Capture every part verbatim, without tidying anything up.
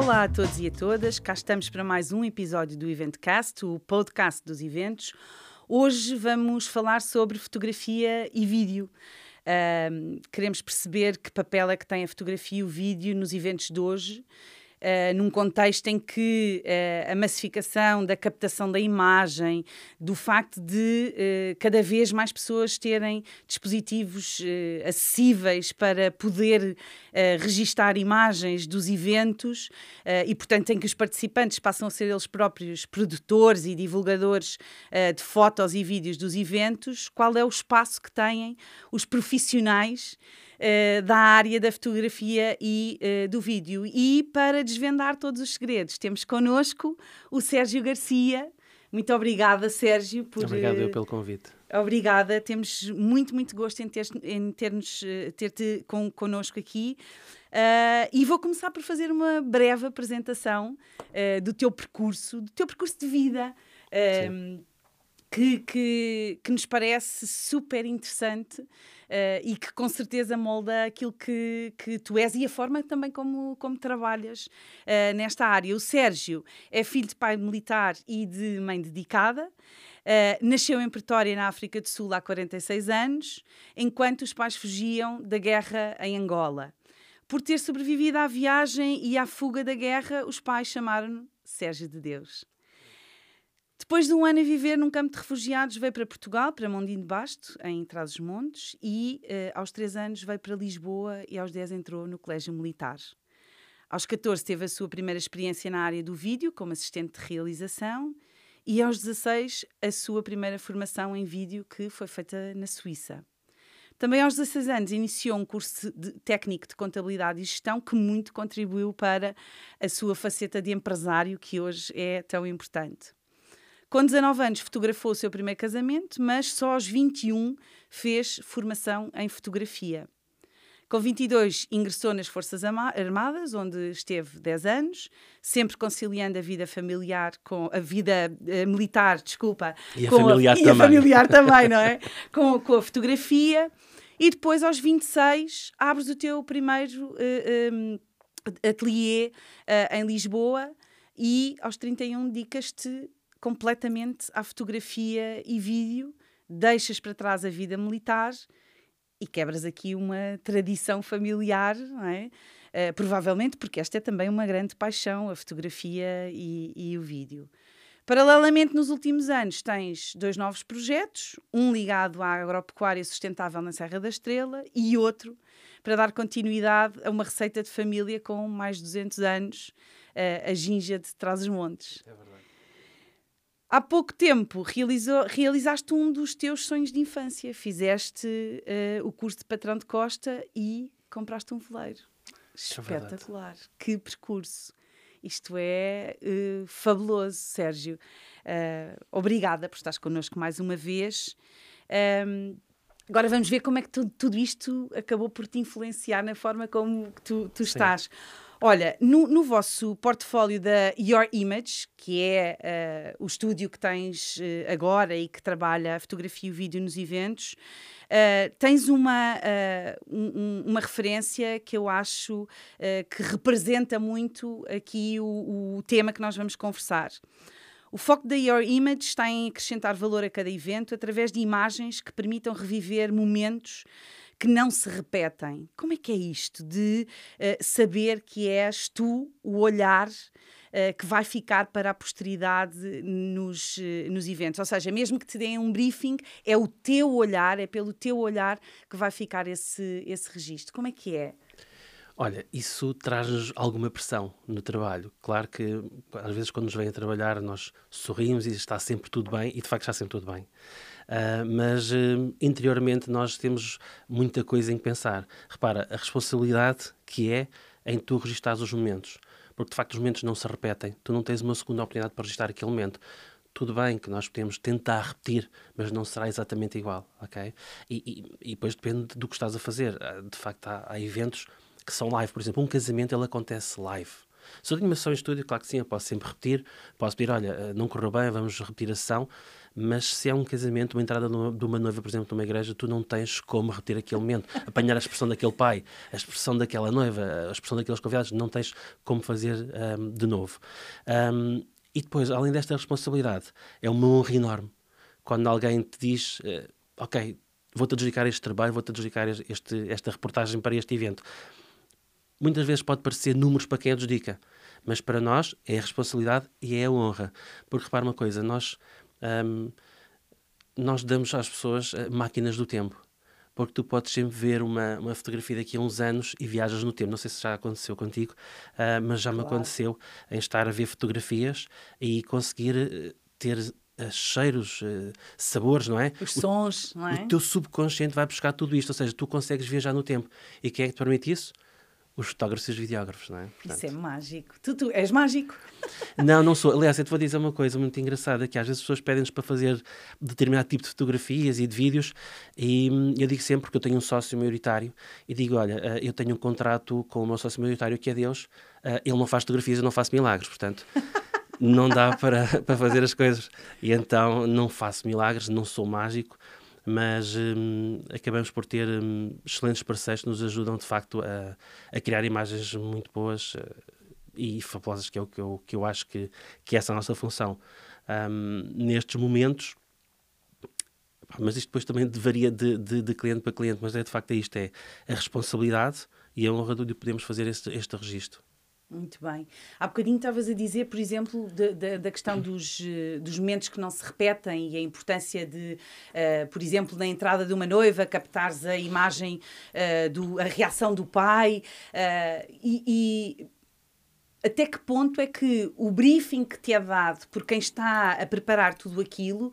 Olá a todos e a todas, cá estamos para mais um episódio do Eventcast, o podcast dos eventos. Hoje vamos falar sobre fotografia e vídeo. Uh, queremos perceber que papel é que tem a fotografia e o vídeo nos eventos de hoje, uh, num contexto em que uh, a massificação da captação da imagem, do facto de uh, cada vez mais pessoas terem dispositivos uh, acessíveis para poder uh, registar imagens dos eventos uh, e, portanto, em que os participantes passam a ser eles próprios produtores e divulgadores uh, de fotos e vídeos dos eventos, qual é o espaço que têm os profissionais uh, da área da fotografia e uh, do vídeo. E para desvendar todos os segredos, temos connosco o Sérgio Garcia. Muito obrigada, Sérgio. Por, Obrigado eu pelo convite. Obrigada, temos muito, muito gosto em, ter, em ter-nos, ter-te con, connosco aqui. Uh, e vou começar por fazer uma breve apresentação uh, do teu percurso, do teu percurso de vida, uh, que, que, que nos parece super interessante. Uh, e que com certeza molda aquilo que, que tu és e a forma também como, como trabalhas uh, nesta área. O Sérgio é filho de pai militar e de mãe dedicada. Uh, nasceu em Pretória, na África do Sul, há quarenta e seis anos, enquanto os pais fugiam da guerra em Angola. Por ter sobrevivido à viagem e à fuga da guerra, os pais chamaram-no Sérgio de Deus. Depois de um ano a viver num campo de refugiados, veio para Portugal, para Mondim de Basto, em Trás-os-Montes, e uh, aos três anos veio para Lisboa e aos dez entrou no Colégio Militar. Aos catorze teve a sua primeira experiência na área do vídeo, como assistente de realização, e aos dezasseis a sua primeira formação em vídeo, que foi feita na Suíça. Também aos dezasseis anos iniciou um curso de técnico de contabilidade e gestão que muito contribuiu para a sua faceta de empresário, que hoje é tão importante. Com dezanove anos fotografou o seu primeiro casamento, mas só aos vinte e um fez formação em fotografia. Com vinte e dois ingressou nas Forças Armadas, onde esteve dez anos, sempre conciliando a vida familiar com a vida uh, militar, desculpa, e a com familiar a, também, e a familiar também, não é? com, com a fotografia. E depois, aos vinte e seis, abres o teu primeiro uh, um, ateliê uh, em Lisboa e aos trinta e um dedicas-te completamente à fotografia e vídeo, deixas para trás a vida militar e quebras aqui uma tradição familiar, não é? Uh, provavelmente porque esta é também uma grande paixão, a fotografia e, e o vídeo. Paralelamente, nos últimos anos, tens dois novos projetos, um ligado à agropecuária sustentável na Serra da Estrela e outro para dar continuidade a uma receita de família com mais de duzentos anos, uh, a ginja de Trás-os-Montes. É verdade. Há pouco tempo realizou, realizaste um dos teus sonhos de infância. Fizeste uh, o curso de patrão de costa e compraste um veleiro. Espetacular. Que percurso. Isto é uh, fabuloso, Sérgio. Uh, obrigada por estares connosco mais uma vez. Um, agora vamos ver como é que tu, tudo isto acabou por te influenciar na forma como tu, tu estás. Olha, no, no vosso portfólio da Your Image, que é uh, o estúdio que tens uh, agora e que trabalha a fotografia e o vídeo nos eventos, uh, tens uma, uh, um, uma referência que eu acho uh, que representa muito aqui o, o tema que nós vamos conversar. O foco da Your Image está em acrescentar valor a cada evento através de imagens que permitam reviver momentos que não se repetem. Como é que é isto de uh, saber que és tu o olhar uh, que vai ficar para a posteridade nos, uh, nos eventos? Ou seja, mesmo que te deem um briefing, é o teu olhar, é pelo teu olhar que vai ficar esse, esse registro. Como é que é? Olha, isso traz-nos alguma pressão no trabalho. Claro que, às vezes, quando nos vêm a trabalhar, nós sorrimos e está sempre tudo bem, e de facto está sempre tudo bem. Uh, mas uh, interiormente nós temos muita coisa em que pensar. Repara, a responsabilidade que é em tu registares os momentos, porque de facto os momentos não se repetem, tu não tens uma segunda oportunidade para registrar aquele momento. Tudo bem que nós podemos tentar repetir, mas não será exatamente igual, ok? E, e, e depois depende do que estás a fazer. De facto há, há eventos que são live, por exemplo, um casamento ele acontece live. Se eu tenho uma sessão em estúdio, claro que sim, eu posso sempre repetir, posso pedir, olha, não correu bem, vamos repetir a sessão, mas se é um casamento, uma entrada de uma noiva, por exemplo, numa igreja, tu não tens como repetir aquele momento, apanhar a expressão daquele pai, a expressão daquela noiva, a expressão daqueles convidados, não tens como fazer um, de novo. Um, e depois, além desta responsabilidade, é uma honra enorme quando alguém te diz, uh, ok, vou-te adjudicar este trabalho, vou-te adjudicar este, esta reportagem para este evento. Muitas vezes pode parecer números para quem adjudica, mas para nós é a responsabilidade e é a honra. Porque repara uma coisa, nós, hum, nós damos às pessoas máquinas do tempo. Porque tu podes sempre ver uma, uma fotografia daqui a uns anos e viajas no tempo. Não sei se já aconteceu contigo, uh, mas já claro. Me aconteceu em estar a ver fotografias e conseguir uh, ter uh, cheiros, uh, sabores, não é? Os sons, o, não é? O teu subconsciente vai buscar tudo isto, ou seja, tu consegues viajar no tempo. E quem é que te permite isso? Os fotógrafos e os videógrafos, não é? Portanto... Isso é mágico. Tu, tu és mágico. Não, não sou. Aliás, eu te vou dizer uma coisa muito engraçada, que às vezes as pessoas pedem-nos para fazer determinado tipo de fotografias e de vídeos, e eu digo sempre, porque eu tenho um sócio maioritário, e digo, olha, eu tenho um contrato com o meu sócio maioritário, que é Deus, ele não faz fotografias, eu não faço milagres, portanto... não dá para, para fazer as coisas. E então não faço milagres, não sou mágico, mas hum, acabamos por ter hum, excelentes parceiros que nos ajudam de facto a, a criar imagens muito boas uh, e fabulosas, que é o que eu, que eu acho que, que essa é a nossa função. Um, nestes momentos, mas isto depois também varia de, de, de cliente para cliente, mas é de facto é isto, é a responsabilidade e a honra de podermos fazer este, este registro. Muito bem. Há bocadinho estavas a dizer, por exemplo, de, de, da questão dos, dos momentos que não se repetem e a importância de, uh, por exemplo, na entrada de uma noiva, captares a imagem, uh, do, a reação do pai uh, e, e até que ponto é que o briefing que te é dado por quem está a preparar tudo aquilo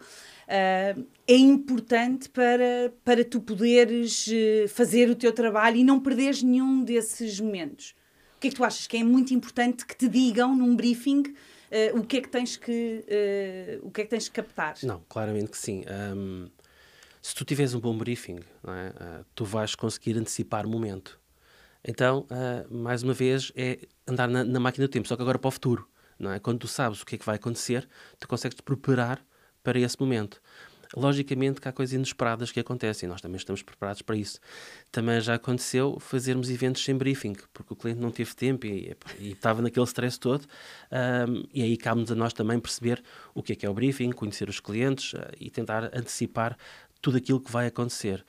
uh, é importante para, para tu poderes uh, fazer o teu trabalho e não perderes nenhum desses momentos? O que é que tu achas que é muito importante que te digam num briefing uh, o que é que tens que uh, o que é que tens que captar? Não, claramente que sim. Um, se tu tiveres um bom briefing, não é? uh, tu vais conseguir antecipar o momento. Então, uh, mais uma vez, é andar na, na máquina do tempo, só que agora para o futuro. Não é? Quando tu sabes o que é que vai acontecer, tu consegues te preparar para esse momento. Logicamente que há coisas inesperadas que acontecem, nós também estamos preparados para isso. Também já aconteceu fazermos eventos sem briefing, porque o cliente não teve tempo e, e estava naquele stress todo, um, e aí cabe-nos a nós também perceber o que é que é o briefing, conhecer os clientes uh, e tentar antecipar tudo aquilo que vai acontecer.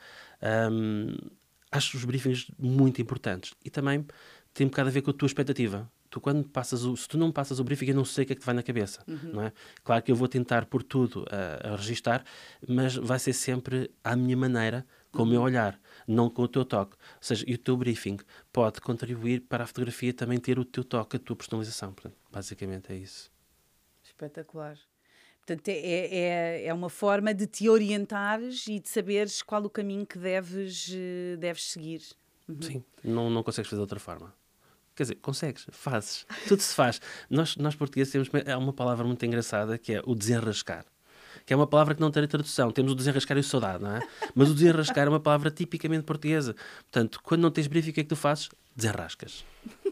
Um, acho os briefings muito importantes e também tem um bocado a ver com a tua expectativa. Tu, quando passas o, se tu não passas o briefing, eu não sei o que é que te vai na cabeça. Uhum. Não é? Claro que eu vou tentar por tudo a, a registar, mas vai ser sempre à minha maneira, com uhum. o meu olhar, não com o teu toque. Ou seja, e o teu briefing pode contribuir para a fotografia também ter o teu toque, a tua personalização. Portanto, basicamente é isso. Espetacular. Portanto, é, é, é uma forma de te orientares e de saberes qual o caminho que deves, deves seguir. Uhum. Sim, não, não consegues fazer de outra forma. Quer dizer, consegues, fazes, tudo se faz. Nós, nós portugueses temos é uma palavra muito engraçada que é o desenrascar, que é uma palavra que não tem tradução. Temos o desenrascar e o saudade, não é? Mas o desenrascar é uma palavra tipicamente portuguesa. Portanto, quando não tens briefing, o que é que tu fazes? Desenrascas.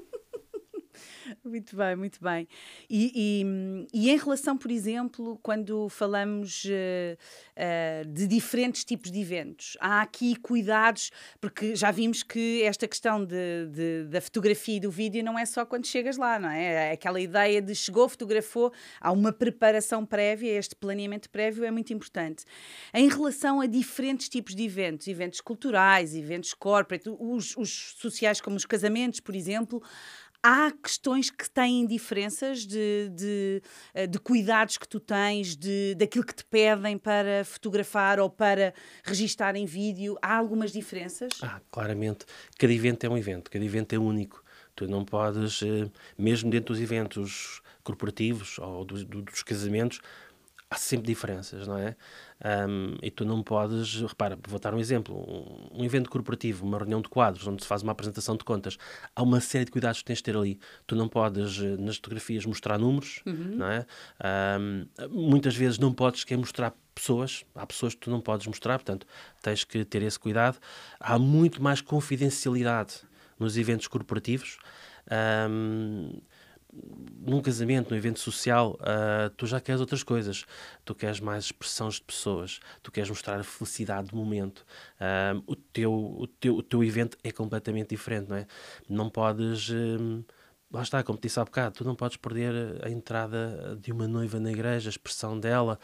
Muito bem, muito bem. E, e, e em relação, por exemplo, quando falamos uh, uh, de diferentes tipos de eventos, há aqui cuidados, porque já vimos que esta questão de, de, da fotografia e do vídeo não é só quando chegas lá, não é? Aquela ideia de chegou, fotografou, há uma preparação prévia, este planeamento prévio é muito importante. Em relação a diferentes tipos de eventos, eventos culturais, eventos corporate, os, os sociais como os casamentos, por exemplo, há questões que têm diferenças de, de, de cuidados que tu tens, de, daquilo que te pedem para fotografar ou para registar em vídeo? Há algumas diferenças? Ah, claramente. Cada evento é um evento, cada evento é único. Tu não podes, mesmo dentro dos eventos corporativos ou dos, dos casamentos, há sempre diferenças, não é? Um, e tu não podes... Repara, vou dar um exemplo. Um, um evento corporativo, uma reunião de quadros, onde se faz uma apresentação de contas, há uma série de cuidados que tens de ter ali. Tu não podes, nas fotografias, mostrar números, uhum. não é? Um, muitas vezes não podes querer mostrar pessoas. Há pessoas que tu não podes mostrar, portanto, tens que ter esse cuidado. Há muito mais confidencialidade nos eventos corporativos. Um, num casamento, num evento social, uh, tu já queres outras coisas. Tu queres mais expressões de pessoas, tu queres mostrar a felicidade do momento. Uh, o, teu, o, teu, o teu evento é completamente diferente, não é? Não podes... Um, lá está, como te disse há bocado, tu não podes perder a entrada de uma noiva na igreja, a expressão dela.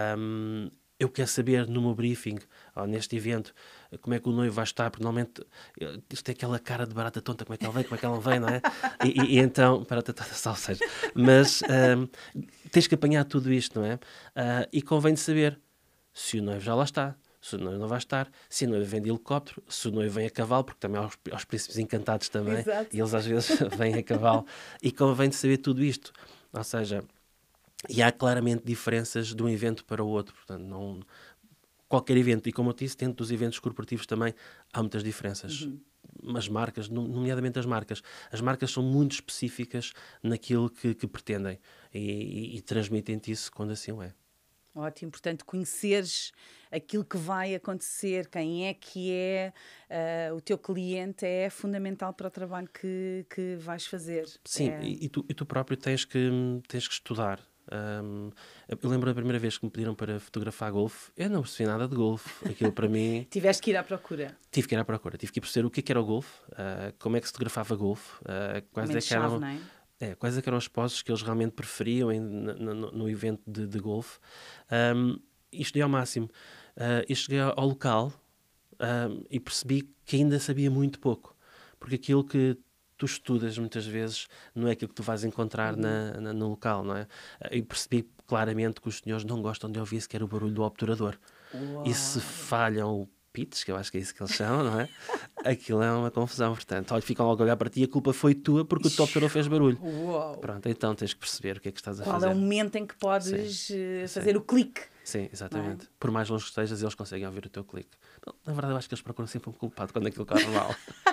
Um, eu quero saber no meu briefing, ou neste evento, como é que o noivo vai estar, porque normalmente isto é aquela cara de barata tonta, como é que ela vem, como é que ela vem, não é? E, e, e então, barata tonta, salseja. Mas um, tens que apanhar tudo isto, não é? Uh, e convém de saber se o noivo já lá está, se o noivo não vai estar, se o noivo vem de helicóptero, se o noivo vem a cavalo, porque também há os, há os príncipes encantados também, Exato. e eles às vezes vêm a cavalo, e convém de saber tudo isto. Ou seja, e há claramente diferenças de um evento para o outro, portanto, não... Qualquer evento, e como eu disse, dentro dos eventos corporativos também há muitas diferenças. Uhum. As marcas, nomeadamente as marcas. As marcas são muito específicas naquilo que, que pretendem e, e, e transmitem-te isso quando assim o é. Ótimo, portanto, conheceres aquilo que vai acontecer, quem é que é uh, o teu cliente é fundamental para o trabalho que, que vais fazer. Sim, é... e, tu, e tu próprio tens que, tens que estudar. Um, eu lembro da primeira vez que me pediram para fotografar golfe, eu não percebi nada de golfe. Aquilo para mim... Tiveste que ir à procura. Tive que ir à procura, tive que perceber o que, é que era o golfe, uh, como é que se fotografava golfe, uh, quais é que eram... Chave, não é? É, quais é que eram as poses que eles realmente preferiam em, no, no, no evento de, de golfe. Um, e estudei ao máximo. Uh, e cheguei ao local um, e percebi que ainda sabia muito pouco. Porque aquilo que tu estudas muitas vezes não é aquilo que tu vais encontrar uhum. na, na, no local, não é? E percebi claramente que os senhores não gostam de ouvir sequer o barulho do obturador. Uau. E se falham pitch, que eu acho que é isso que eles chamam, não é? Aquilo é uma confusão, portanto, olha, ficam logo a olhar para ti e a culpa foi tua porque o teu obturador fez barulho. Uau. Pronto, então tens que perceber o que é que estás a Qual fazer. Qual é o momento em que podes sim, fazer sim. o clique? Sim, exatamente. É? Por mais longe que estejas, eles conseguem ouvir o teu clique. Na verdade, eu acho que eles procuram sempre um culpado quando aquilo corre mal.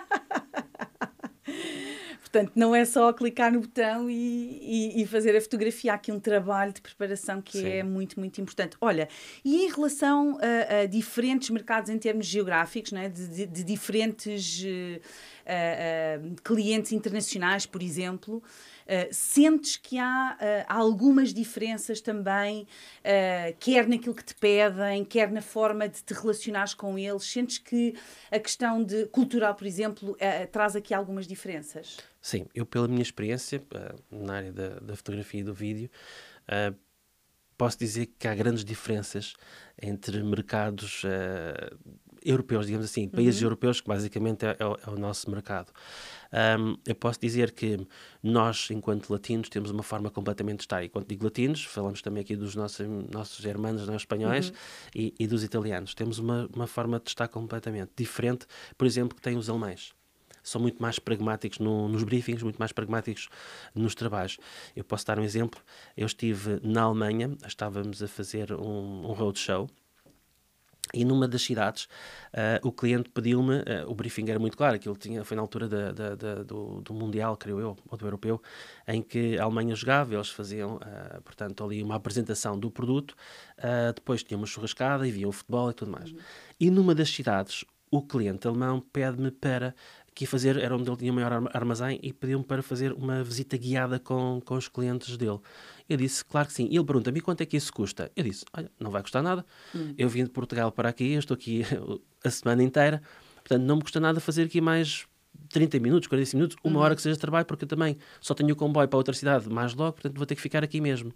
Portanto, não é só clicar no botão e, e, e fazer a fotografia. Há aqui um trabalho de preparação que Sim. é muito, muito importante. Olha, e em relação a, a diferentes mercados em termos geográficos, não é? de, de, de diferentes uh, uh, clientes internacionais, por exemplo, uh, sentes que há uh, algumas diferenças também, uh, quer naquilo que te pedem, quer na forma de te relacionares com eles? Sentes que a questão de cultural, por exemplo, uh, traz aqui algumas diferenças? Sim, eu pela minha experiência uh, na área da, da fotografia e do vídeo, uh, posso dizer que há grandes diferenças entre mercados uh, europeus, digamos assim, países uhum. europeus, que basicamente é, é, o, é o nosso mercado. Um, eu posso dizer que nós, enquanto latinos, temos uma forma completamente de estar. E quando digo latinos, falamos também aqui dos nossos, nossos irmãos não, espanhóis uhum. e, e dos italianos. Temos uma, uma forma de estar completamente diferente, por exemplo, que tem os alemães. São muito mais pragmáticos no, nos briefings, muito mais pragmáticos nos trabalhos. Eu posso dar um exemplo. Eu estive na Alemanha, estávamos a fazer um, um roadshow, e numa das cidades uh, o cliente pediu-me, uh, o briefing era muito claro, aquilo tinha, foi na altura da, da, da, do, do Mundial, creio eu, ou do Europeu, em que a Alemanha jogava, eles faziam, uh, portanto, ali uma apresentação do produto, uh, depois tinha uma churrascada e via o futebol e tudo mais. Uhum. E numa das cidades, o cliente alemão pede-me para que fazer, era onde ele tinha o maior armazém, e pediu-me para fazer uma visita guiada com, com os clientes dele. Eu disse, claro que sim. E ele pergunta-me, quanto é que isso custa? Eu disse, olha, não vai custar nada. Hum. Eu vim de Portugal para aqui, eu estou aqui a semana inteira, portanto não me custa nada fazer aqui mais trinta minutos, quarenta e cinco minutos, uma hum. hora que seja de trabalho, porque eu também só tenho o comboio para outra cidade mais logo, portanto vou ter que ficar aqui mesmo.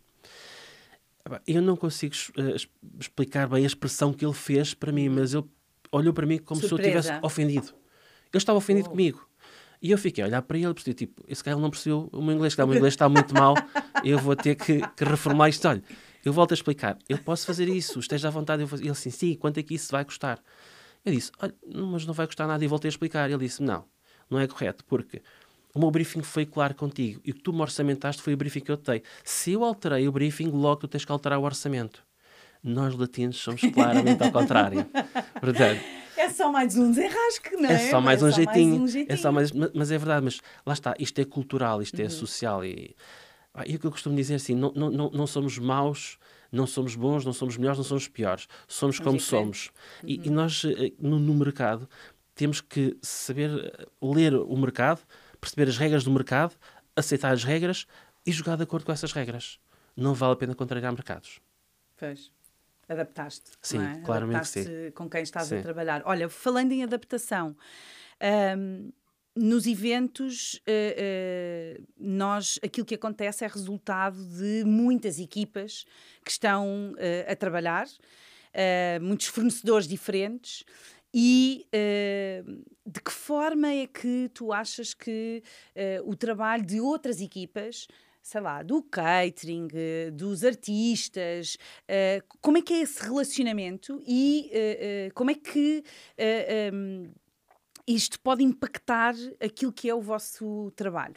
Eu não consigo uh, explicar bem a expressão que ele fez para mim, mas ele olhou para mim como Surpresa. se eu estivesse ofendido. Ele estava ofendido oh. comigo. E eu fiquei a olhar para ele e percebi, tipo, esse cara não percebeu o meu inglês, que o meu inglês está muito mal, eu vou ter que, que reformular isto. Olha, eu volto a explicar, eu posso fazer isso, esteja à vontade. Eu vou... Ele disse, sim, quanto é que isso vai custar? Eu disse, olha, mas não vai custar nada, e voltei a explicar. Ele disse, não, não é correto, porque o meu briefing foi claro contigo, e o que tu me orçamentaste foi o briefing que eu te dei. Se eu alterei o briefing, logo tu tens que alterar o orçamento. Nós latinos somos claramente ao contrário. Portanto, é só mais um desenrasque, não é? É só mais, é um, só jeitinho, mais um jeitinho. É só mais, mas é verdade, mas lá está, isto é cultural, isto é uhum. social. E, e o que eu costumo dizer assim, não, não, não somos maus, não somos bons, não somos melhores, não somos piores. Somos, somos como diferentes. somos. Uhum. E, e nós, no, no mercado, temos que saber ler o mercado, perceber as regras do mercado, aceitar as regras, e jogar de acordo com essas regras. Não vale a pena contrariar mercados. Pois. Adaptaste. Sim, não é? claramente Adaptaste sim. com quem estás Sim. a trabalhar. Olha, falando em adaptação, hum, nos eventos, uh, uh, nós, aquilo que acontece é resultado de muitas equipas que estão uh, a trabalhar, uh, muitos fornecedores diferentes. E uh, de que forma é que tu achas que uh, o trabalho de outras equipas, sei lá, do catering, uh, dos artistas, uh, como é que é esse relacionamento e uh, uh, como é que uh, um, isto pode impactar aquilo que é o vosso trabalho?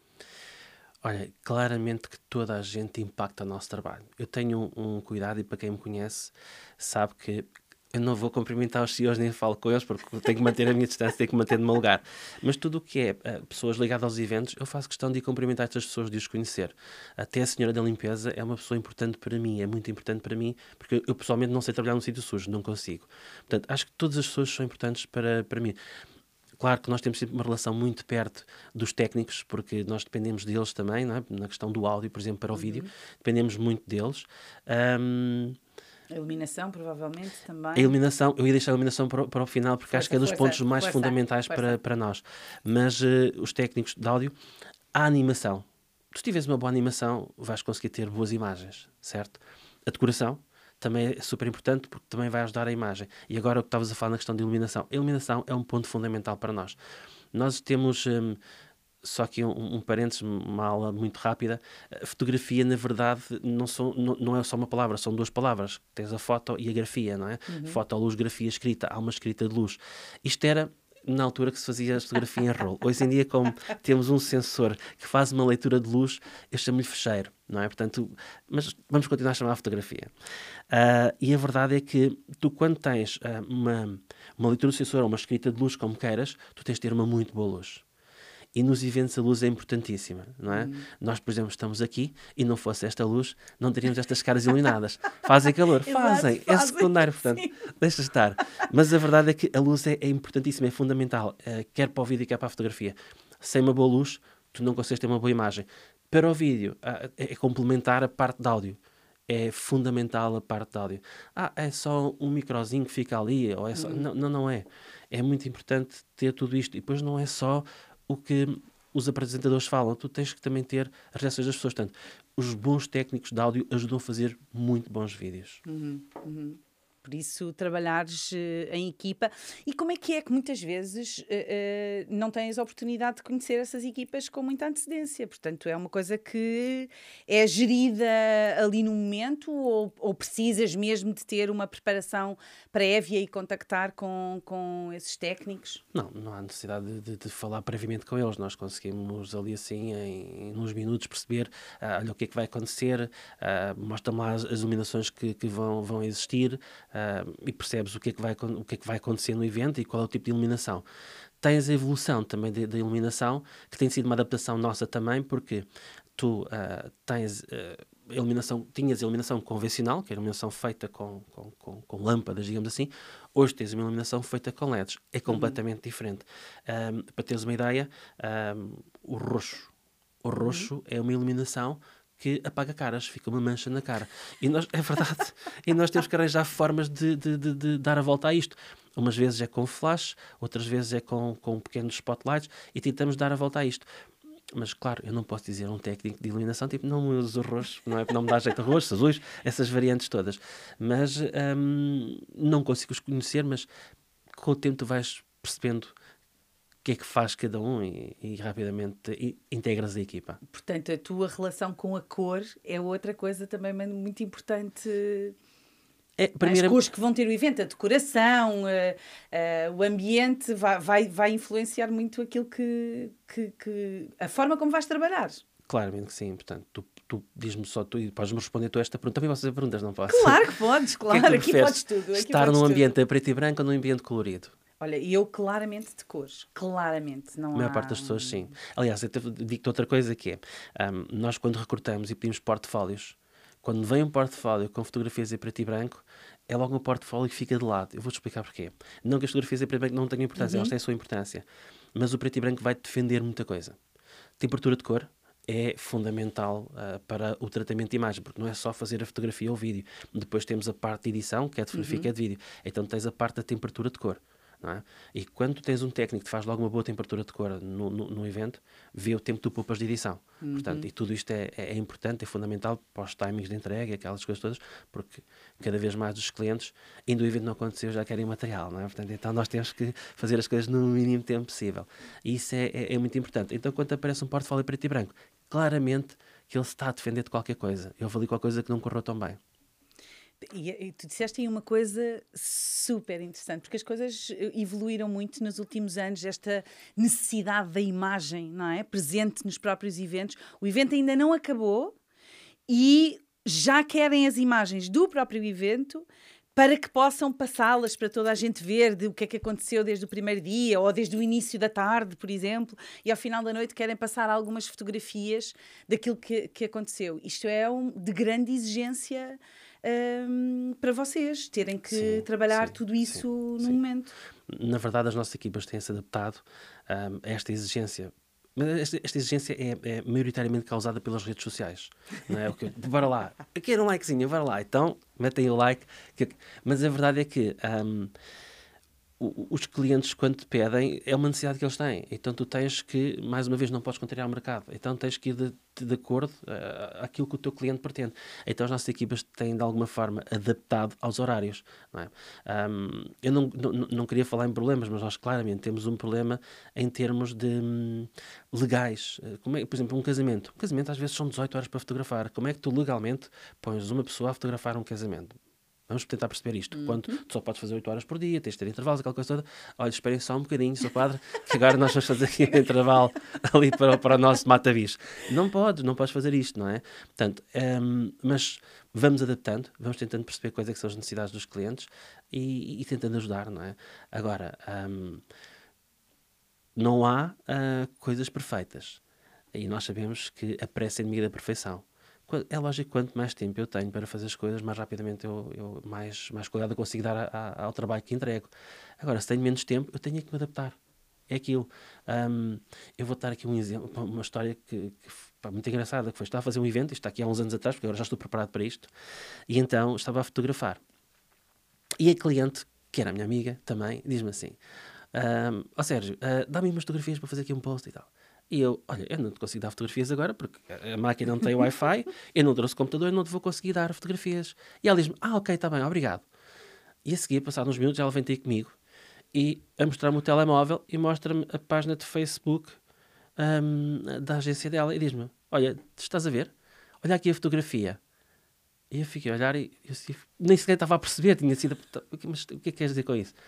Olha, claramente que toda a gente impacta o nosso trabalho. Eu tenho um, um cuidado, e para quem me conhece sabe que eu não vou cumprimentar os C E Os nem falo com eles, porque tenho que manter a minha distância, tenho que manter no meu lugar. Mas tudo o que é uh, pessoas ligadas aos eventos, eu faço questão de ir cumprimentar estas pessoas, de os conhecer. Até a senhora da limpeza é uma pessoa importante para mim, é muito importante para mim, porque eu, eu pessoalmente não sei trabalhar num sítio sujo, não consigo. Portanto, acho que todas as pessoas são importantes para, para mim. Claro que nós temos sempre uma relação muito perto dos técnicos, porque nós dependemos deles também, não é? Na questão do áudio, por exemplo, para o uhum. vídeo, dependemos muito deles. Um, A iluminação, provavelmente, também. A iluminação, eu ia deixar a iluminação para o, para o final, porque força, acho que é dos força, pontos mais força, fundamentais força. Para, para nós. Mas uh, os técnicos de áudio, a animação. Se tiveres uma boa animação, vais conseguir ter boas imagens, certo? A decoração também é super importante, porque também vai ajudar a imagem. E agora o que estavas a falar na questão de iluminação. A iluminação é um ponto fundamental para nós. Nós temos... Um, Só aqui um, um parênteses, uma aula muito rápida. A fotografia, na verdade, não, são, não, não é só uma palavra, são duas palavras. Tens a foto e a grafia, não é? Uhum. Foto, luz, grafia, escrita. Há uma escrita de luz. Isto era na altura que se fazia a fotografia em rolo. Hoje em dia, como temos um sensor que faz uma leitura de luz, eu chamo-lhe fecheiro, não é? Portanto, mas vamos continuar a chamar a fotografia. Uh, e a verdade é que tu, quando tens uh, uma, uma leitura do sensor ou uma escrita de luz, como queiras, tu tens de ter uma muito boa luz. E nos eventos a luz é importantíssima, não é? Hum. Nós, por exemplo, estamos aqui e não fosse esta luz, não teríamos estas caras iluminadas. Fazem calor? Fazem. Exato, é fazem. Secundário, portanto, sim. Deixa estar. Mas a verdade é que a luz é, é importantíssima, é fundamental, uh, quer para o vídeo, quer para a fotografia. Sem uma boa luz, tu não consegues ter uma boa imagem. Para o vídeo, uh, é complementar a parte de áudio. É fundamental a parte de áudio. Ah, é só um microzinho que fica ali, ou é só... Hum. Não, não, não é. É muito importante ter tudo isto. E depois não é só o que os apresentadores falam, tu tens que também ter as reações das pessoas. Portanto, os bons técnicos de áudio ajudam a fazer muito bons vídeos. Uhum, uhum. Por isso, trabalhares uh, em equipa. E como é que é que muitas vezes uh, uh, não tens a oportunidade de conhecer essas equipas com muita antecedência? Portanto, é uma coisa que é gerida ali no momento ou, ou precisas mesmo de ter uma preparação prévia e contactar com, com esses técnicos? Não, não há necessidade de, de falar previamente com eles. Nós conseguimos ali assim, em, em uns minutos, perceber uh, olha, o que é que vai acontecer, uh, mostra-me lá as, as iluminações que, que vão, vão existir, Uh, e percebes o que, é que vai, o que é que vai acontecer no evento e qual é o tipo de iluminação. Tens a evolução também da iluminação, que tem sido uma adaptação nossa também, porque tu uh, tens uh, iluminação, tinhas iluminação convencional, que é a iluminação feita com, com, com, com lâmpadas, digamos assim. Hoje tens uma iluminação feita com L E Ds. É completamente uhum. diferente. Um, para teres uma ideia, um, o roxo. O roxo uhum. é uma iluminação que apaga caras, fica uma mancha na cara. E nós, é verdade, e nós temos que arranjar formas de, de, de, de dar a volta a isto. Umas vezes é com flash, outras vezes é com, com pequenos spotlights, e tentamos dar a volta a isto. Mas, claro, eu não posso dizer a um técnico de iluminação, tipo, não me uso roxo, não, é, não me dá jeito de roxo, azuis, essas variantes todas. Mas hum, não consigo os conhecer, mas com o tempo tu vais percebendo o que é que faz cada um e, e rapidamente e, integras a equipa. Portanto, a tua relação com a cor é outra coisa também muito importante. É, para As mim era... cores que vão ter o evento, a decoração, uh, uh, o ambiente vai, vai, vai influenciar muito aquilo que, que, que... a forma como vais trabalhar. Claramente que sim, portanto, tu, tu diz-me só, tu e podes-me responder tu esta pergunta. Também posso fazer perguntas, não posso? Claro que podes, claro, que é que aqui podes tudo. Aqui Estar podes num tudo. ambiente a preto e branco ou num ambiente colorido? Olha, eu claramente de cores, claramente, não há... A maior parte das pessoas, sim. Aliás, eu digo-te outra coisa que é, um, nós quando recrutamos e pedimos portfólios, quando vem um portfólio com fotografias em preto e branco, é logo um portfólio que fica de lado. Eu vou-te explicar porquê. Não que as fotografias em preto e branco não tenham importância, uhum. elas têm a sua importância, mas o preto e branco vai defender muita coisa. Temperatura de cor é fundamental uh, para o tratamento de imagem, porque não é só fazer a fotografia ou o vídeo. Depois temos a parte de edição, que é de fotografia, uhum. que é de vídeo. Então tens a parte da temperatura de cor. Não é? E quando tu tens um técnico que faz logo uma boa temperatura de cor no, no, no evento, vê o tempo que tu poupas de edição. Uhum. Portanto, e tudo isto é, é, é importante, é fundamental para os timings de entrega, aquelas coisas todas, porque cada vez mais os clientes, ainda o evento não aconteceu, já querem material. Não é? Portanto, então nós temos que fazer as coisas no mínimo tempo possível. E isso é, é, é muito importante. Então, quando aparece um portfólio preto e branco, claramente que ele se está a defender de qualquer coisa. Eu avali qualquer coisa que não correu tão bem. E, e tu disseste aí uma coisa super interessante, porque as coisas evoluíram muito nos últimos anos, esta necessidade da imagem, não é? Presente nos próprios eventos. O evento ainda não acabou e já querem as imagens do próprio evento para que possam passá-las para toda a gente ver de o que é que aconteceu desde o primeiro dia ou desde o início da tarde, por exemplo, e ao final da noite querem passar algumas fotografias daquilo que, que aconteceu. Isto é um, de grande exigência um, para vocês, terem que sim, trabalhar sim, tudo isso sim, no sim. momento. Na verdade, as nossas equipas têm-se adaptado um, a esta exigência. Mas esta, esta exigência é, é maioritariamente causada pelas redes sociais. Não é? O que, bora lá, quero um likezinho, bora lá. Então, metem o like. Que, mas a verdade é que um, os clientes, quando te pedem, é uma necessidade que eles têm. Então, tu tens que, mais uma vez, não podes contrariar o mercado. Então, tens que ir de, de, de acordo uh, àquilo que o teu cliente pretende. Então, as nossas equipas têm, de alguma forma, adaptado aos horários. Não é? um, eu não, não, não queria falar em problemas, mas nós, claramente, temos um problema em termos de um, legais. Como é, por exemplo, um casamento. Um casamento, às vezes, são dezoito horas para fotografar. Como é que tu, legalmente, pões uma pessoa a fotografar um casamento? Vamos tentar perceber isto. Uhum. Quando tu só podes fazer oito horas por dia, tens de ter intervalos, aquela coisa toda. Olha, esperem só um bocadinho, seu padre, que agora nós vamos fazer aqui um intervalo ali para, para o nosso mata-bicho. Não podes, não podes fazer isto, não é? Portanto, um, mas vamos adaptando, vamos tentando perceber quais é que são as necessidades dos clientes e, e tentando ajudar, não é? Agora, um, não há uh, coisas perfeitas. E nós sabemos que a pressa é inimiga da perfeição. É lógico que quanto mais tempo eu tenho para fazer as coisas, mais rapidamente eu, eu mais, mais qualidade eu consigo dar a, a, ao trabalho que entrego. Agora, se tenho menos tempo, eu tenho que me adaptar. É aquilo. Um, eu vou dar aqui um exemplo, uma história que, que pá, muito engraçada, que foi, estava a fazer um evento, isto está aqui há uns anos atrás, porque agora já estou preparado para isto, e então estava a fotografar. E a cliente, que era a minha amiga também, diz-me assim, um, ó Sérgio, uh, dá-me umas fotografias para fazer aqui um post e tal. E eu, olha, eu não te consigo dar fotografias agora porque a máquina não tem Wi-Fi, eu não trouxe o computador, eu não te vou conseguir dar fotografias. E ela diz-me, ah, ok, está bem, obrigado. E a seguir, passados uns minutos, ela vem ter comigo e a mostrar-me o telemóvel e mostra-me a página de Facebook um, da agência dela e diz-me, olha, estás a ver? Olha aqui a fotografia. E eu fiquei a olhar e eu, nem sequer estava a perceber, tinha sido, mas o que é que queres dizer com isso?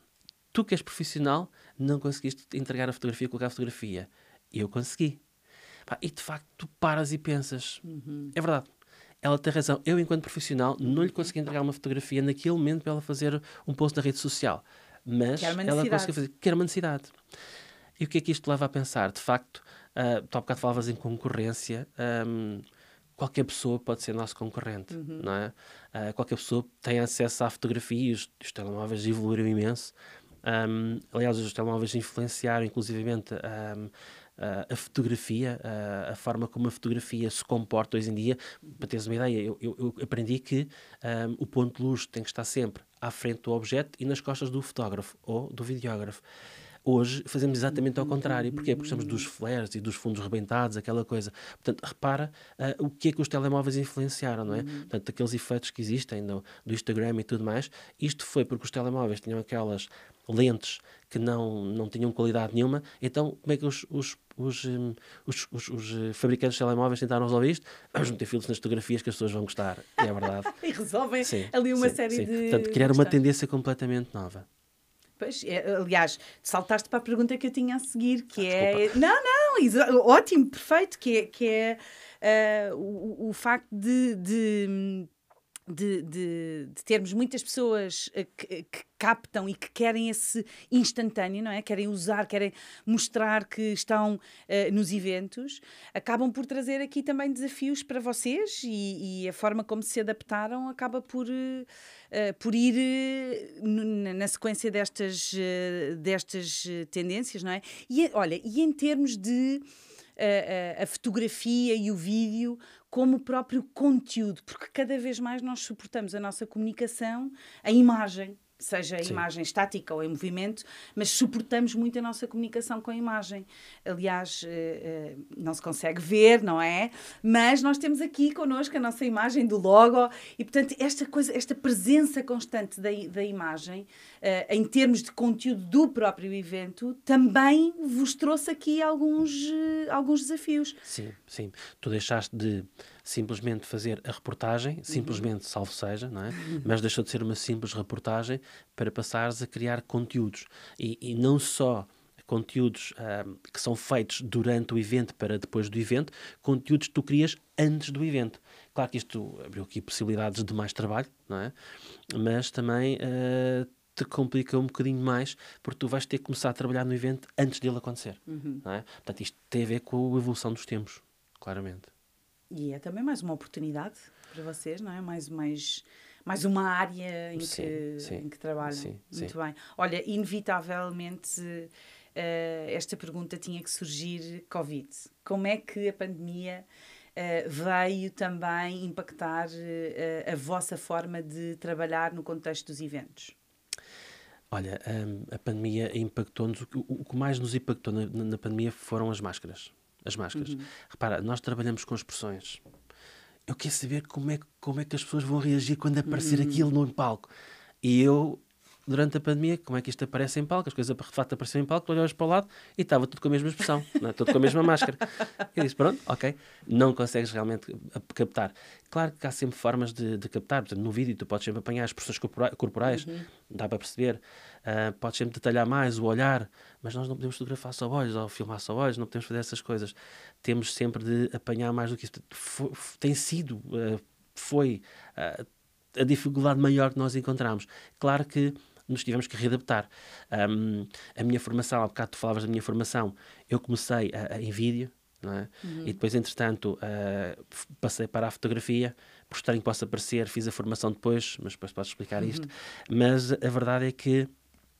Tu que és profissional, não conseguiste entregar a fotografia, colocar a fotografia. Eu consegui. Pá, e de facto tu paras e pensas, uhum. é verdade, ela tem razão. Eu, enquanto profissional, não lhe consegui entregar uma fotografia naquele momento para ela fazer um post na rede social, mas ela conseguiu fazer, que era uma necessidade. E o que é que isto leva a pensar? De facto, uh, tu há bocado falavas em concorrência, um, qualquer pessoa pode ser nosso concorrente, uhum. não é? Uh, qualquer pessoa tem acesso à fotografia e os, os telemóveis evoluíram imenso. Um, aliás, os telemóveis influenciaram, inclusivamente, um, Uh, a fotografia, uh, a forma como a fotografia se comporta hoje em dia. Para teres uma ideia, eu, eu, eu aprendi que um, o ponto de luz tem que estar sempre à frente do objeto e nas costas do fotógrafo ou do videógrafo. Hoje fazemos exatamente ao contrário. Porquê? Porque estamos dos flares e dos fundos rebentados, aquela coisa. Portanto, repara uh, o que é que os telemóveis influenciaram, não é? Uhum. Portanto, aqueles efeitos que existem do, do Instagram e tudo mais, isto foi porque os telemóveis tinham aquelas lentes que não, não tinham qualidade nenhuma. Então, como é que os, os, os, um, os, os, os fabricantes de telemóveis tentaram resolver isto? Vamos meter filtros nas fotografias que as pessoas vão gostar. E é verdade. E resolvem sim, ali uma sim, série sim. de... Portanto, criar uma tendência completamente nova. Pois, é, aliás, saltaste para a pergunta que eu tinha a seguir, que ah, é... Desculpa. Não, não, exa... ótimo, perfeito, que é, que é uh, o, o facto de... de De, de, de termos muitas pessoas que, que captam e que querem esse instantâneo, não é? Querem usar, querem mostrar que estão uh, nos eventos, acabam por trazer aqui também desafios para vocês e, e a forma como se adaptaram acaba por, uh, por ir uh, na sequência destas, uh, destas tendências, não é? E, olha, e em termos de a, a, a fotografia e o vídeo como o próprio conteúdo, porque cada vez mais nós suportamos a nossa comunicação, a imagem, seja a Sim. imagem estática ou em movimento, mas suportamos muito a nossa comunicação com a imagem. Aliás, eh, eh, não se consegue ver, não é? Mas nós temos aqui connosco a nossa imagem do logo e, portanto, esta coisa, esta presença constante da, da imagem, eh, em termos de conteúdo do próprio evento, também vos trouxe aqui alguns, eh, alguns desafios. Sim, sim. Tu deixaste de simplesmente fazer a reportagem, simplesmente, uhum. salvo seja, não é? Uhum. Mas deixou de ser uma simples reportagem para passares a criar conteúdos. E, e não só conteúdos uh, que são feitos durante o evento para depois do evento, conteúdos que tu crias antes do evento. Claro que isto abriu aqui possibilidades de mais trabalho, não é? Mas também uh, te complica um bocadinho mais, porque tu vais ter que começar a trabalhar no evento antes dele acontecer, uhum. não é? Portanto, isto tem a ver com a evolução dos tempos, claramente. E é também mais uma oportunidade para vocês, não é? Mais, mais, mais uma área em, sim, que, sim, em que trabalham. sim, Muito sim. bem. Olha, inevitavelmente uh, esta pergunta tinha que surgir Covid. Como é que a pandemia uh, veio também impactar uh, a vossa forma de trabalhar no contexto dos eventos? Olha, um, a pandemia impactou-nos. O, o que mais nos impactou na, na pandemia foram as máscaras. As máscaras. Uhum. Repara, nós trabalhamos com expressões. Eu quero saber como é, como é que as pessoas vão reagir quando aparecer uhum. aquilo no palco. E eu, durante a pandemia, como é que isto aparece em palco? As coisas de facto apareceram em palco, tu olhavas para o lado e estava tudo com a mesma expressão, não é? Tudo com a mesma máscara. Eu disse, pronto, ok, não consegues realmente captar. Claro que há sempre formas de, de captar. Portanto, no vídeo tu podes sempre apanhar as expressões corporais, uhum. dá para perceber. Uh, podes sempre detalhar mais o olhar, mas nós não podemos fotografar só olhos ou filmar só olhos, não podemos fazer essas coisas. Temos sempre de apanhar mais do que isso. Foi, tem sido, uh, foi uh, a dificuldade maior que nós encontramos. Claro que nos tivemos que readaptar. Um, a minha formação, há bocado tu falavas da minha formação, eu comecei a, a, em vídeo, não é? Uhum. E depois, entretanto, uh, passei para a fotografia. Por estranho que possa parecer, fiz a formação depois, mas depois posso explicar isto. Uhum. Mas a verdade é que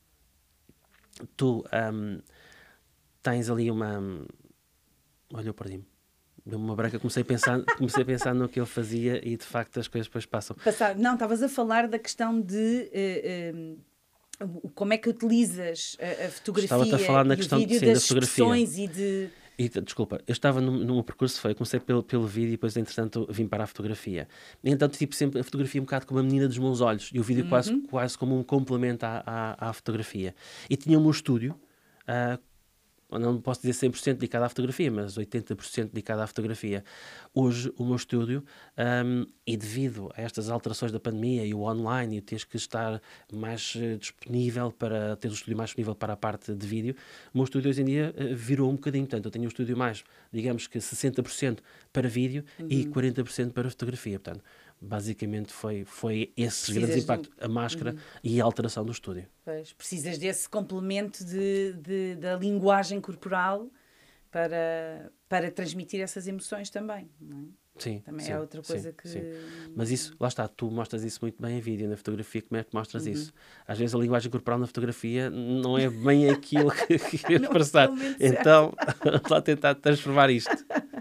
tu um, tens ali uma... Olha, eu perdi-me. Deu-me uma branca, comecei a, pensar, comecei a pensar no que ele fazia e, de facto, as coisas depois passam. Passar. Não, estavas a falar da questão de... Uh, uh, como é que utilizas a, a fotografia Estava-te a falar na e questão, o vídeo sim, das da fotografia. expressões e de... E, desculpa, eu estava num, num percurso, foi, comecei pelo, pelo vídeo e depois, entretanto, vim para a fotografia. E, então, tipo, sempre a fotografia um bocado como a menina dos meus olhos e o vídeo uhum. quase, quase como um complemento à, à, à fotografia. E tinha um estúdio, uh, não posso dizer cem por cento dedicado à fotografia, mas oitenta por cento dedicado à fotografia. Hoje, o meu estúdio, um, e devido a estas alterações da pandemia e o online, e teres que estar mais uh, disponível para ter o estúdio mais disponível para a parte de vídeo, o meu estúdio hoje em dia uh, virou um bocadinho. Portanto, eu tenho um estúdio mais, digamos que sessenta por cento para vídeo uhum. e quarenta por cento para fotografia. Portanto, basicamente foi, foi esses precisas grandes impactos, de... a máscara uhum. e a alteração do estúdio. Pois, precisas desse complemento de, de, da linguagem corporal para, para transmitir essas emoções também, não é? Sim, também sim, é outra coisa sim, que... Sim. Mas isso, lá está, tu mostras isso muito bem em vídeo, na fotografia, como é que mostras uhum. isso? Às vezes a linguagem corporal na fotografia não é bem aquilo que queres expressar. Então, lá tentar transformar isto.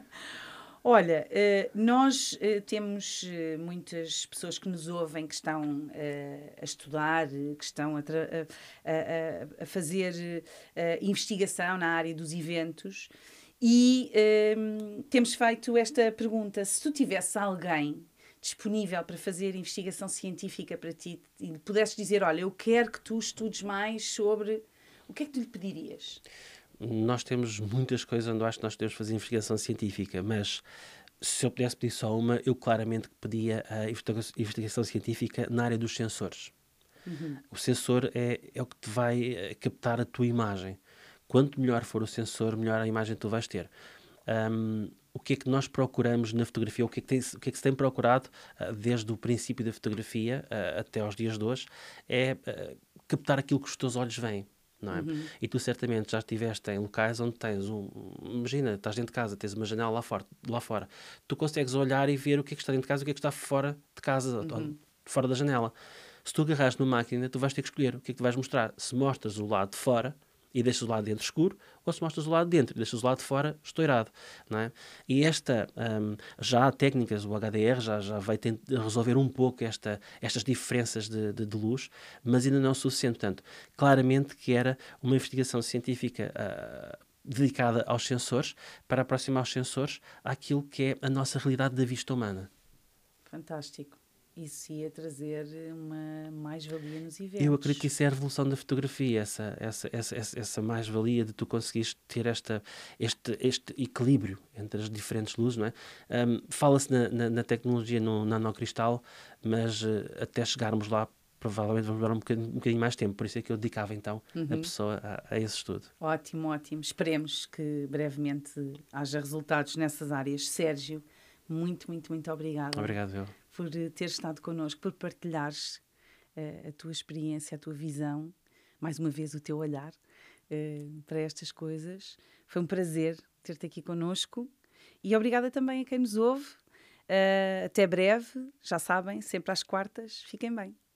Olha, nós temos muitas pessoas que nos ouvem que estão a estudar, que estão a, a, a fazer investigação na área dos eventos e temos feito esta pergunta: se tu tivesse alguém disponível para fazer investigação científica para ti e pudesses dizer, olha, eu quero que tu estudes mais sobre... O que é que tu lhe pedirias? Nós temos muitas coisas onde eu acho que nós podemos fazer investigação científica, mas se eu pudesse pedir só uma, eu claramente pedia a investigação científica na área dos sensores. Uhum. O sensor é, é o que te vai captar a tua imagem. Quanto melhor for o sensor, melhor a imagem que tu vais ter. Um, o que é que nós procuramos na fotografia? O que é que, tem, o que, é que se tem procurado uh, desde o princípio da fotografia uh, até aos dias de hoje? É uh, captar aquilo que os teus olhos veem. Não é? Uhum. E tu certamente já estiveste em locais onde tens um... Imagina, estás dentro de casa, tens uma janela lá fora, lá fora. Tu consegues olhar e ver o que é que está dentro de casa e o que é que está fora de casa, uhum. fora da janela. Se tu agarrares numa máquina, tu vais ter que escolher o que é que tu vais mostrar. Se mostras o lado de fora e deixas o lado de dentro escuro, ou se mostras o lado de dentro e deixas o lado de fora estourado, não é? E esta, um, já há técnicas, o H D R já, já vai tentar resolver um pouco esta, estas diferenças de, de, de luz, mas ainda não é o suficiente. Portanto, claramente que era uma investigação científica uh, dedicada aos sensores, para aproximar os sensores àquilo que é a nossa realidade da vista humana. Fantástico. Isso ia trazer uma mais-valia nos eventos. Eu acredito que isso é a revolução da fotografia, essa, essa, essa, essa, essa mais-valia de tu conseguires ter esta, este, este equilíbrio entre as diferentes luzes, não é? Um, fala-se na, na, na tecnologia no nanocristal, mas uh, até chegarmos lá, provavelmente vamos demorar um bocadinho, um bocadinho mais tempo, por isso é que eu dedicava então uhum. a pessoa a, a esse estudo. Ótimo, ótimo. Esperemos que brevemente haja resultados nessas áreas. Sérgio, muito, muito, muito obrigada. Obrigado, eu. Por ter estado connosco, por partilhares uh, a tua experiência, a tua visão, mais uma vez o teu olhar uh, para estas coisas. Foi um prazer ter-te aqui connosco e obrigada também a quem nos ouve. Uh, até breve, já sabem, sempre às quartas. Fiquem bem.